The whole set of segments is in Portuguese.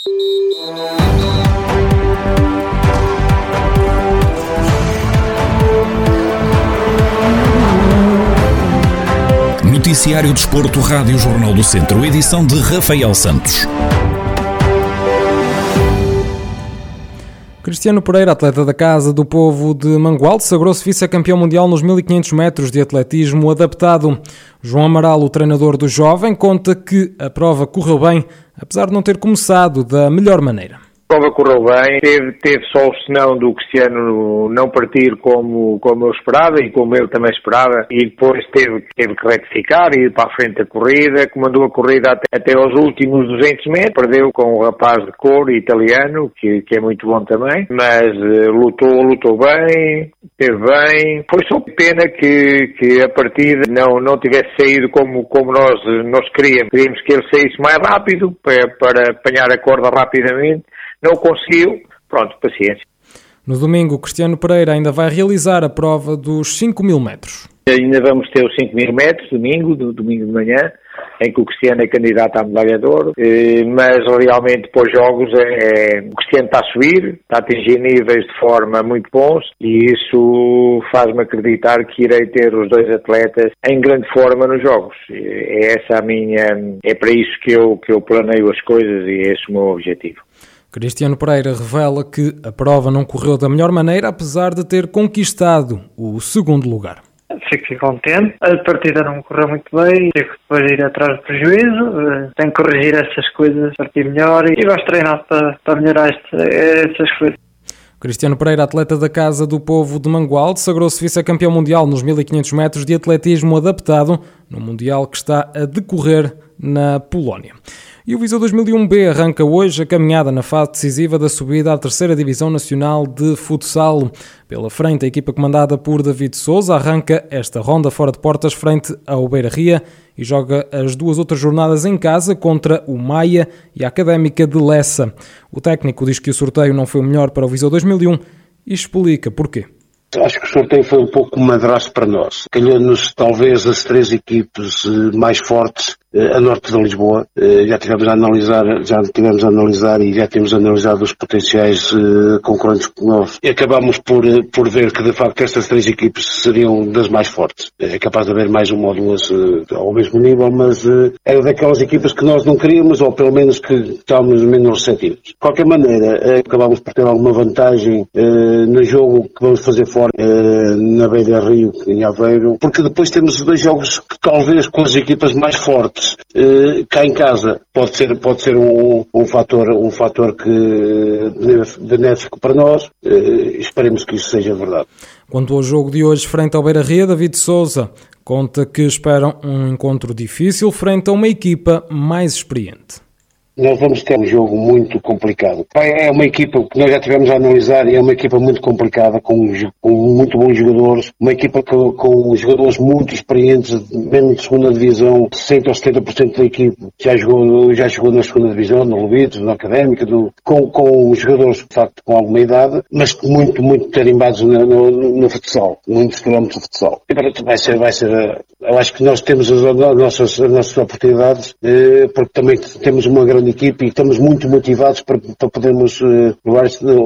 Noticiário Desporto, Rádio Jornal do Centro, edição de Rafael Santos. Cristiano Pereira, atleta da Casa do Povo de Mangualde, sagrou-se vice-campeão mundial nos 1500 metros de atletismo adaptado. João Amaral, o treinador do jovem, conta que a prova correu bem, apesar de não ter começado da melhor maneira. A prova correu bem, teve só o senão do Cristiano não partir como eu esperava e como eu também esperava, e depois teve que retificar e ir para a frente da corrida, comandou a corrida até aos últimos 200 metros, perdeu com um rapaz de cor italiano, que é muito bom também, mas lutou bem, esteve bem. Foi só pena que a partida não tivesse saído como nós queríamos. Queríamos que ele saísse mais rápido para apanhar a corda rapidamente. Não conseguiu, pronto, paciência. No domingo, Cristiano Pereira ainda vai realizar a prova dos 5.000 metros. Ainda vamos ter os 5.000 metros, domingo de manhã, em que o Cristiano é candidato a medalha de ouro, mas realmente para os jogos o Cristiano está a subir, está a atingir níveis de forma muito bons e isso faz-me acreditar que irei ter os dois atletas em grande forma nos jogos. É para isso que eu planeio as coisas e é esse o meu objetivo. Cristiano Pereira revela que a prova não correu da melhor maneira, apesar de ter conquistado o segundo lugar. Fiquei contente. A partida não correu muito bem, tive que depois ir atrás do prejuízo. Tenho que corrigir essas coisas, partir melhor e gosto de treinar para melhorar essas coisas. Cristiano Pereira, atleta da Casa do Povo de Mangualde, sagrou-se vice-campeão mundial nos 1500 metros de atletismo adaptado, no Mundial que está a decorrer na Polónia. E o Viseu 2001B arranca hoje a caminhada na fase decisiva da subida à 3ª Divisão Nacional de Futsal. Pela frente, a equipa comandada por David Sousa arranca esta ronda fora de portas frente ao Beira-Ria e joga as duas outras jornadas em casa contra o Maia e a Académica de Lessa. O técnico diz que o sorteio não foi o melhor para o Viseu 2001 e explica porquê. Acho que o sorteio foi um pouco madraço para nós. Calhou-nos talvez as 3 equipes mais fortes a norte de Lisboa. Já tivemos a analisar e já temos analisado os potenciais concorrentes com nós. E acabámos por ver que de facto estas 3 equipes seriam das mais fortes. É capaz de haver mais uma ou duas ao mesmo nível, mas era daquelas equipas que nós não queríamos, ou pelo menos que estávamos menos receptivos. De qualquer maneira, acabámos por ter alguma vantagem no jogo que vamos fazer fora na Beira-Rio, em Aveiro, porque depois temos 2 jogos que talvez com as equipas mais fortes cá em casa pode ser um fator que benéfico para nós. Esperemos que isso seja verdade. Quanto ao jogo de hoje frente ao Beira-Rio, David Sousa conta que esperam um encontro difícil frente a uma equipa mais experiente. Nós vamos ter um jogo muito complicado. É uma equipa que nós já tivemos a analisar e é uma equipa muito complicada, com muito bons jogadores, uma equipa com jogadores muito experientes, mesmo de segunda divisão, 60% ou 70% da equipe já jogou na segunda divisão, no Lubito, na Académica, com jogadores de facto com alguma idade, mas muito tarimbados no futsal, muitos quilómetros de futsal. E para vai ser, eu acho que nós temos as nossas oportunidades, porque também temos uma grande equipe e estamos muito motivados para podermos levar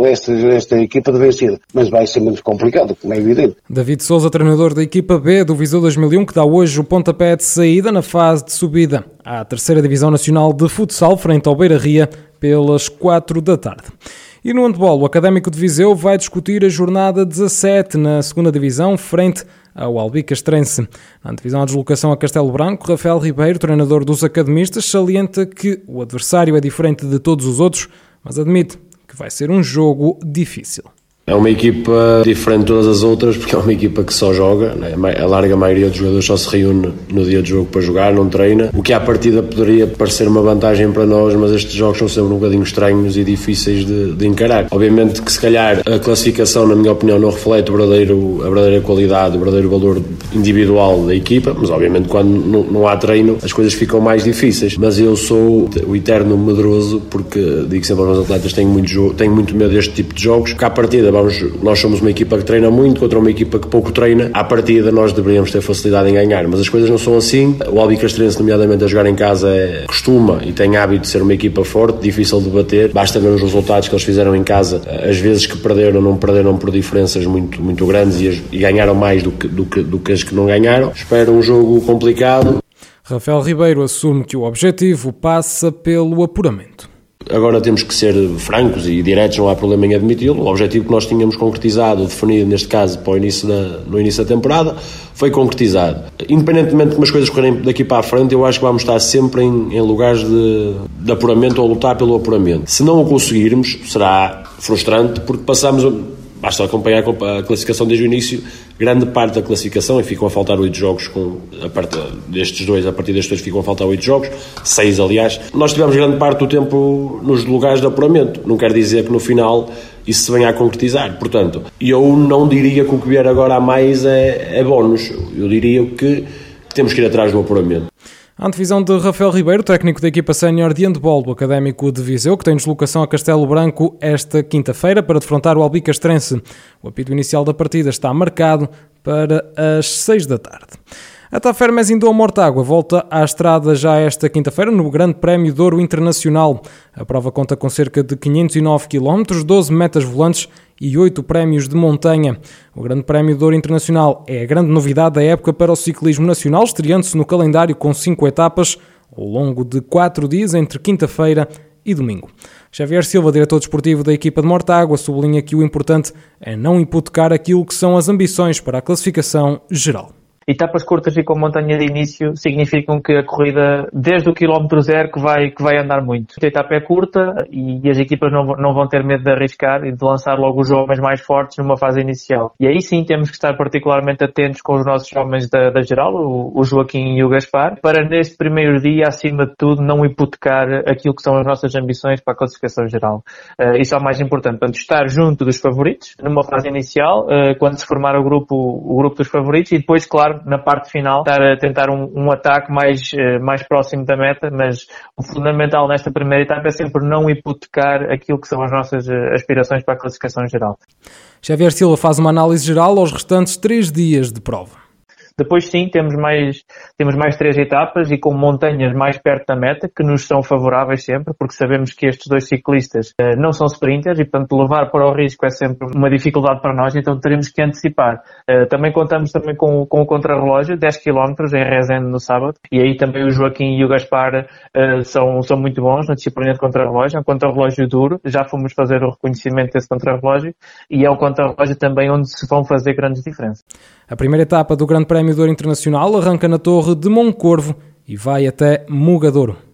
esta equipa de vencida. Mas vai ser muito complicado, como é evidente. David Sousa, treinador da equipa B do Viseu 2001, que dá hoje o pontapé de saída na fase de subida à 3ª Divisão Nacional de Futsal, frente ao Beira-Ria, pelas 4 da tarde. E no handball, o Académico de Viseu vai discutir a jornada 17 na 2ª Divisão, frente ao Albicastrense. Na antevisão à deslocação a Castelo Branco, Rafael Ribeiro, treinador dos academistas, salienta que o adversário é diferente de todos os outros, mas admite que vai ser um jogo difícil. É uma equipa diferente de todas as outras, porque é uma equipa que só joga, né? A larga maioria dos jogadores só se reúne no dia de jogo para jogar, não treina, o que à partida poderia parecer uma vantagem para nós, mas estes jogos são sempre um bocadinho estranhos e difíceis de encarar. Obviamente que se calhar a classificação, na minha opinião, não reflete a verdadeira qualidade, o verdadeiro valor individual da equipa, mas obviamente quando não há treino as coisas ficam mais difíceis. Mas eu sou o eterno medroso, porque digo sempre aos meus atletas, tenho muito medo deste tipo de jogos, porque à partida nós somos uma equipa que treina muito contra uma equipa que pouco treina. À partida nós deveríamos ter facilidade em ganhar, mas as coisas não são assim. O Albicastrense, nomeadamente a jogar em casa, costuma e tem hábito de ser uma equipa forte, difícil de bater. Basta ver os resultados que eles fizeram em casa, as vezes que não perderam por diferenças muito grandes e ganharam mais do que as que não ganharam. Espero um jogo complicado. Rafael Ribeiro assume que o objetivo passa pelo apuramento. Agora temos que ser francos e diretos, não há problema em admiti-lo. O objetivo que nós tínhamos concretizado, definido neste caso no início da temporada, foi concretizado. Independentemente de como as coisas correrem daqui para a frente, eu acho que vamos estar sempre em lugares de apuramento ou lutar pelo apuramento. Se não o conseguirmos, será frustrante, porque basta acompanhar a classificação desde o início, grande parte da classificação, e ficam a faltar 8 jogos, a partir destes dois ficam a faltar 8 jogos, 6 aliás. Nós tivemos grande parte do tempo nos lugares de apuramento, não quer dizer que no final isso se venha a concretizar. Portanto, eu não diria que o que vier agora a mais é bónus, eu diria que temos que ir atrás do apuramento. A antevisão de Rafael Ribeiro, técnico da equipa sénior de handball do Académico de Viseu, que tem deslocação a Castelo Branco esta quinta-feira para defrontar o Albicastrense. O apito inicial da partida está marcado para as 6 da tarde. A Tafer Mezindou Mortágua volta à estrada já esta quinta-feira no Grande Prémio Douro Internacional. A prova conta com cerca de 509 km, 12 metas volantes e 8 prémios de montanha. O Grande Prémio Douro Internacional é a grande novidade da época para o ciclismo nacional, estreando-se no calendário com 5 etapas ao longo de 4 dias entre quinta-feira e domingo. Xavier Silva, diretor desportivo da equipa de Mortágua, sublinha que o importante é não hipotecar aquilo que são as ambições para a classificação geral. Etapas curtas e com montanha de início significam que a corrida, desde o quilómetro zero, que vai andar muito. A etapa é curta e as equipas não vão ter medo de arriscar e de lançar logo os homens mais fortes numa fase inicial. E aí sim temos que estar particularmente atentos com os nossos homens da geral, o Joaquim e o Gaspar, para neste primeiro dia, acima de tudo, não hipotecar aquilo que são as nossas ambições para a classificação geral. Isso é o mais importante. Portanto, estar junto dos favoritos numa fase inicial, quando se formar o grupo dos favoritos, e depois, claro, na parte final, estar a tentar um ataque mais próximo da meta, mas o fundamental nesta primeira etapa é sempre não hipotecar aquilo que são as nossas aspirações para a classificação geral. Xavier Silva faz uma análise geral aos restantes 3 dias de prova. Depois sim, temos mais 3 etapas e com montanhas mais perto da meta, que nos são favoráveis sempre, porque sabemos que estes 2 ciclistas não são sprinters e, portanto, levar para o risco é sempre uma dificuldade para nós, então teremos que antecipar. Também contamos com o contrarrelógio, 10 km em Rezende no sábado, e aí também o Joaquim e o Gaspar são muito bons na disciplina de contrarrelógio. É um contrarrelógio duro, já fomos fazer o reconhecimento desse contrarrelógio, e é um contrarrelógio também onde se vão fazer grandes diferenças. A primeira etapa do Grande Prémio Douro Internacional arranca na Torre de Moncorvo e vai até Mugadouro.